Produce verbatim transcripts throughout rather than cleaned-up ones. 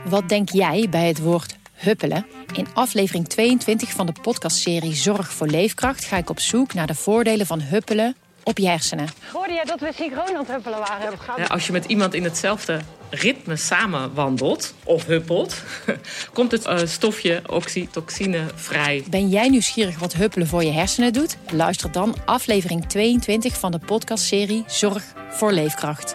Wat denk jij bij het woord huppelen? In aflevering tweeëntwintig van de podcastserie Zorg voor Leefkracht ga ik op zoek naar de voordelen van huppelen op je hersenen. Hoorde jij dat we synchroon aan het huppelen waren? Ja, als je met iemand in hetzelfde ritme samen wandelt of huppelt, komt het uh, stofje oxytocine vrij. Ben jij nieuwsgierig wat huppelen voor je hersenen doet? Luister dan aflevering tweeëntwintig van de podcastserie Zorg voor Leefkracht.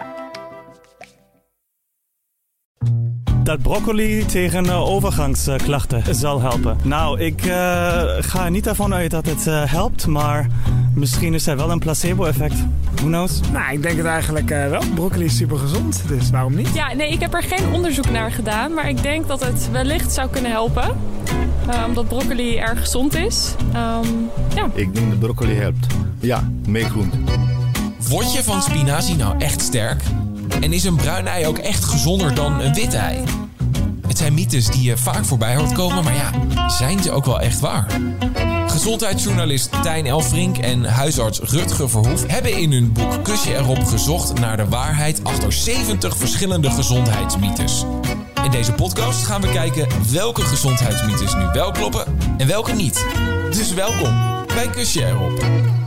Dat broccoli tegen uh, overgangsklachten zal helpen. Nou, ik uh, ga er niet ervan uit dat het uh, helpt, maar misschien is er wel een placebo-effect. Who knows? Nou, ik denk het eigenlijk uh, wel. Broccoli is super gezond, dus waarom niet? Ja, nee, ik heb er geen onderzoek naar gedaan, maar ik denk dat het wellicht zou kunnen helpen. Uh, omdat broccoli erg gezond is. Um, ja. Ik denk dat broccoli helpt. Ja, meegroente. Word je van spinazie nou echt sterk? En is een bruin ei ook echt gezonder dan een wit ei? Het zijn mythes die je vaak voorbij hoort komen, maar ja, zijn ze ook wel echt waar? Gezondheidsjournalist Tijn Elfrink en huisarts Rutger Verhoef hebben in hun boek Kus je erop gezocht naar de waarheid achter zeventig verschillende gezondheidsmythes. In deze podcast gaan we kijken welke gezondheidsmythes nu wel kloppen en welke niet. Dus welkom bij Kus je erop.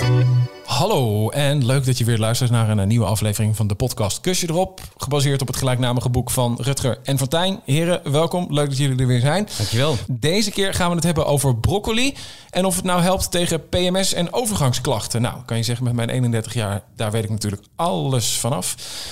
Hallo en leuk dat je weer luistert naar een nieuwe aflevering van de podcast Kus je erop. Gebaseerd op het gelijknamige boek van Rutger en van Tijn. Heren, welkom. Leuk dat jullie er weer zijn. Dankjewel. Deze keer gaan we het hebben over broccoli. En of het nou helpt tegen P M S en overgangsklachten. Nou, kan je zeggen met mijn eenendertig jaar, daar weet ik natuurlijk alles vanaf.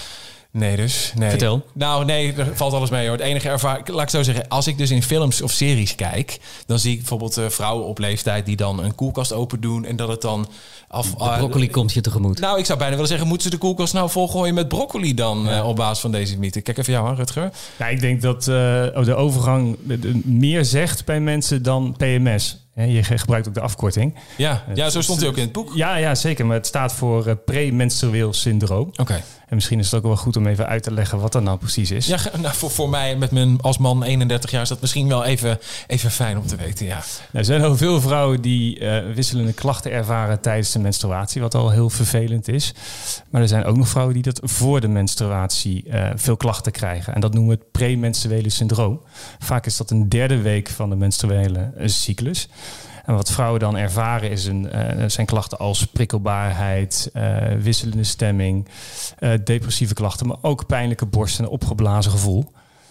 Nee dus. Nee. Vertel. Nou nee, er valt alles mee hoor. Het enige ervaring, laat ik zo zeggen, als ik dus in films of series kijk, dan zie ik bijvoorbeeld uh, vrouwen op leeftijd die dan een koelkast open doen en dat het dan af... De broccoli uh, komt je tegemoet. Nou, ik zou bijna willen zeggen, moeten ze de koelkast nou volgooien met broccoli dan ja. uh, op basis van deze mythe? Kijk even jou aan, Rutger. Ja, ik denk dat uh, de overgang meer zegt bij mensen dan P M S. Je gebruikt ook de afkorting. Ja, ja zo stond hij ook in het boek. Ja, ja zeker. Maar het staat voor uh, premenstrueel syndroom. Oké. Okay. En misschien is het ook wel goed om even uit te leggen wat dat nou precies is. Ja, nou, voor, voor mij met mijn, als man eenendertig jaar is dat misschien wel even, even fijn om te weten. Ja. Nou, er zijn al veel vrouwen die uh, wisselende klachten ervaren tijdens de menstruatie, wat al heel vervelend is. Maar er zijn ook nog vrouwen die dat voor de menstruatie uh, veel klachten krijgen. En dat noemen we het premenstruele syndroom. Vaak is dat een derde week van de menstruele uh, cyclus. En wat vrouwen dan ervaren is een, uh, zijn klachten als prikkelbaarheid, uh, wisselende stemming, uh, depressieve klachten, maar ook pijnlijke borst en opgeblazen gevoel.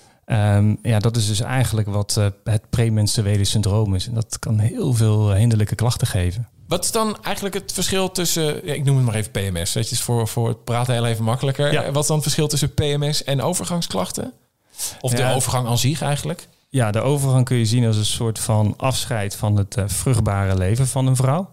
Um, ja, dat is dus eigenlijk wat uh, het premenstruele syndroom is. En dat kan heel veel hinderlijke klachten geven. Wat is dan eigenlijk het verschil tussen, ja, ik noem het maar even P M S, dat is voor, voor het praten heel even makkelijker. Ja. Wat is dan het verschil tussen P M S en overgangsklachten? Of de ja. overgang aan zich eigenlijk? Ja, de overgang kun je zien als een soort van afscheid van het uh, vruchtbare leven van een vrouw.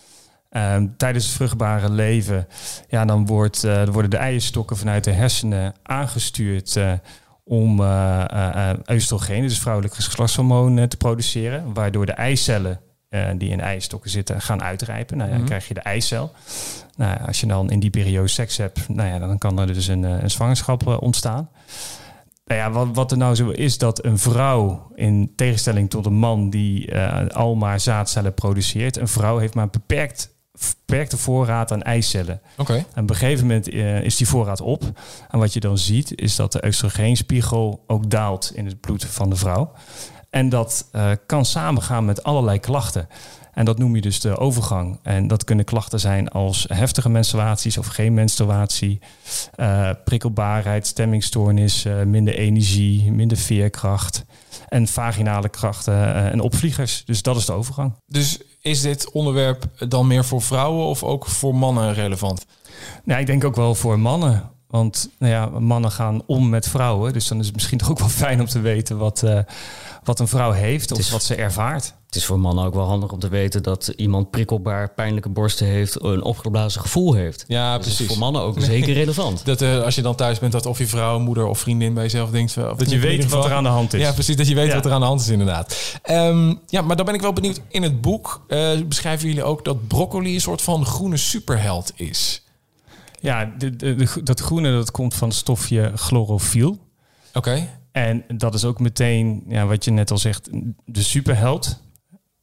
Uh, tijdens het vruchtbare leven, ja, dan wordt, uh, worden de eierstokken vanuit de hersenen aangestuurd uh, om uh, uh, oestrogeen, dus vrouwelijk geslachtshormoon, uh, te produceren. Waardoor de eicellen uh, die in eierstokken zitten gaan uitrijpen. Nou ja, dan krijg je de eicel. Nou, als je dan in die periode seks hebt, nou ja, dan kan er dus een, een zwangerschap uh, ontstaan. Nou ja, wat, wat er nou zo is, dat een vrouw, in tegenstelling tot een man die uh, al maar zaadcellen produceert, een vrouw heeft maar een beperkt, beperkte voorraad aan eicellen. Okay. En op een gegeven moment uh, is die voorraad op. En wat je dan ziet, is dat de oestrogeenspiegel ook daalt in het bloed van de vrouw. En dat uh, kan samengaan met allerlei klachten. En dat noem je dus de overgang. En dat kunnen klachten zijn als heftige menstruaties of geen menstruatie, uh, prikkelbaarheid, stemmingstoornis, uh, minder energie, minder veerkracht en vaginale krachten uh, en opvliegers. Dus dat is de overgang. Dus is dit onderwerp dan meer voor vrouwen of ook voor mannen relevant? Nou, ik denk ook wel voor mannen. Want nou ja, mannen gaan om met vrouwen. Dus dan is het misschien toch ook wel fijn om te weten wat, uh, wat een vrouw heeft of is, wat ze ervaart. Het is voor mannen ook wel handig om te weten dat iemand prikkelbaar, pijnlijke borsten heeft, een opgeblazen gevoel heeft. Ja, dus precies. Dat is voor mannen ook zeker relevant. Dat uh, als je dan thuis bent, dat of je vrouw, moeder of vriendin bij jezelf denkt. Of dat je weet geval, wat er aan de hand is. Ja, precies. Dat je weet ja. wat er aan de hand is, inderdaad. Um, ja, maar dan ben ik wel benieuwd. In het boek uh, beschrijven jullie ook dat broccoli een soort van groene superheld is. Ja, de, de, de, dat groene dat komt van het stofje chlorofiel. Oké. Okay. En dat is ook meteen, ja, wat je net al zegt, de superheld.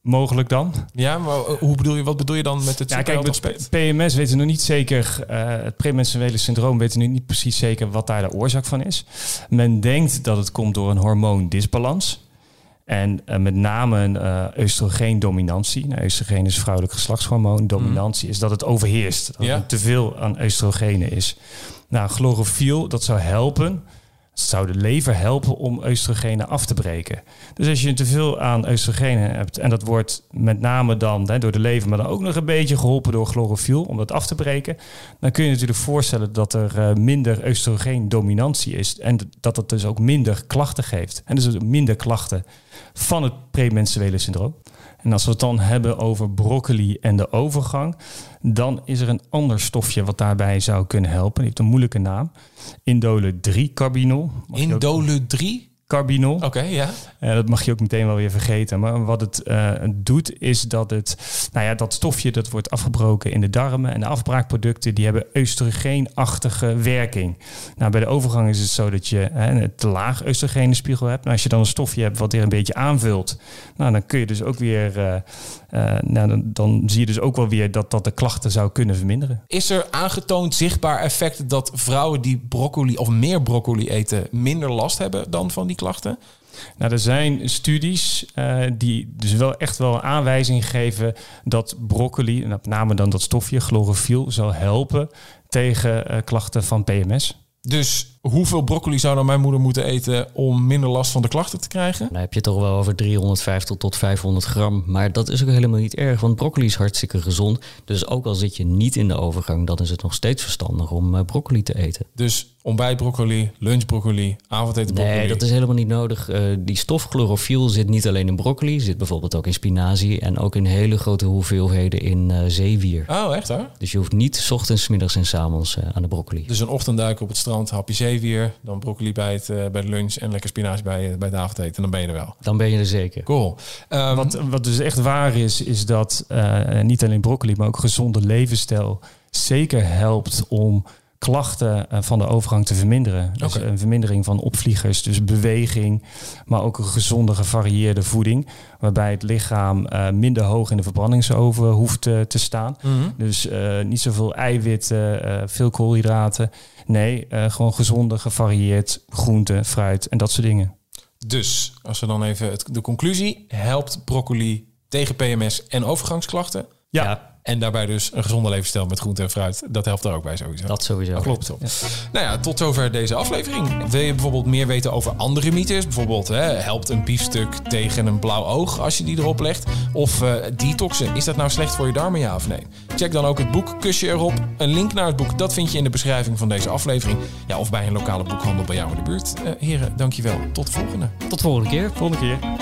mogelijk dan. Ja, maar hoe bedoel je, wat bedoel je dan met het ja, kijk, aspect? P M S weten we nog niet zeker, uh, het premenstruele syndroom weten we nu niet precies zeker wat daar de oorzaak van is. Men denkt dat het komt door een hormoondisbalans. En uh, met name een uh, oestrogeendominantie. Nou, oestrogeen is vrouwelijk geslachtshormoon. Dominantie mm. is dat het overheerst. Dat ja. er te veel aan oestrogenen is. Nou, chlorofiel, dat zou helpen. Het zou de lever helpen om oestrogenen af te breken. Dus als je te veel aan oestrogenen hebt... en dat wordt met name dan hè, door de lever... maar dan ook nog een beetje geholpen door chlorofiel... om dat af te breken... dan kun je natuurlijk voorstellen dat er uh, minder oestrogeendominantie is... en dat het dus ook minder klachten geeft. En dus ook minder klachten van het premenstruele syndroom. En als we het dan hebben over broccoli en de overgang... dan is er een ander stofje wat daarbij zou kunnen helpen. Die heeft een moeilijke naam. Indole drie carbinol. Indole drie? Carbinol. Oké, okay, ja. Uh, dat mag je ook meteen wel weer vergeten. Maar wat het uh, doet is dat het... Nou ja, dat stofje dat wordt afgebroken in de darmen. En de afbraakproducten die hebben oestrogeenachtige werking. Nou, bij de overgang is het zo dat je hè, een te laag oestrogenenspiegel hebt. Nou, als je dan een stofje hebt wat weer een beetje aanvult... Nou, dan kun je dus ook weer... Uh, uh, nou, dan, dan zie je dus ook wel weer dat dat de klachten zou kunnen verminderen. Is er aangetoond zichtbaar effect dat vrouwen die broccoli of meer broccoli eten... minder last hebben dan van die klachten? Nou, er zijn studies uh, die dus wel echt wel een aanwijzing geven dat broccoli, en met name dan dat stofje chlorofiel, zal helpen tegen uh, klachten van P M S. Dus hoeveel broccoli zou dan mijn moeder moeten eten om minder last van de klachten te krijgen? Dan heb je toch wel over driehonderdvijftig tot vijfhonderd gram. Maar dat is ook helemaal niet erg, want broccoli is hartstikke gezond. Dus ook al zit je niet in de overgang, dan is het nog steeds verstandig om uh, broccoli te eten. Dus ontbijtbroccoli, lunchbroccoli, avondeten broccoli? Nee, dat is helemaal niet nodig. Uh, die stof chlorofiel zit niet alleen in broccoli, zit bijvoorbeeld ook in spinazie en ook in hele grote hoeveelheden in uh, zeewier. Oh, echt hè? Dus je hoeft niet 's ochtends, 's middags en 's avonds uh, aan de broccoli. Dus een ochtendduik op het strand, hapje zeewier, dan broccoli bij, het, uh, bij de lunch en lekker spinazie bij, bij het avondeten. En dan ben je er wel. Dan ben je er zeker. Cool. Um, wat, wat dus echt waar is, is dat uh, niet alleen broccoli, maar ook gezonde levensstijl zeker helpt om klachten van de overgang te verminderen. Dus okay. een vermindering van opvliegers, dus beweging, maar ook een gezonde, gevarieerde voeding, waarbij het lichaam uh, minder hoog in de verbrandingsoven hoeft uh, te staan. Mm-hmm. Dus uh, niet zoveel eiwitten, uh, veel koolhydraten. Nee, uh, gewoon gezonde, gevarieerd groente, fruit en dat soort dingen. Dus, als we dan even het, de conclusie, helpt broccoli tegen P M S en overgangsklachten? Ja. ja. En daarbij dus een gezonde levensstijl met groente en fruit. Dat helpt er ook bij sowieso. Dat sowieso. Dat klopt. Ja. Nou ja, tot zover deze aflevering. Wil je bijvoorbeeld meer weten over andere mythes? Bijvoorbeeld, hè, helpt een biefstuk tegen een blauw oog als je die erop legt? Of uh, detoxen, is dat nou slecht voor je darmen, ja of nee? Check dan ook het boek Kusje erop. Een link naar het boek, dat vind je in de beschrijving van deze aflevering. Ja, of bij een lokale boekhandel bij jou in de buurt. Uh, heren, dankjewel. Tot de volgende. Tot de volgende keer. Volgende keer.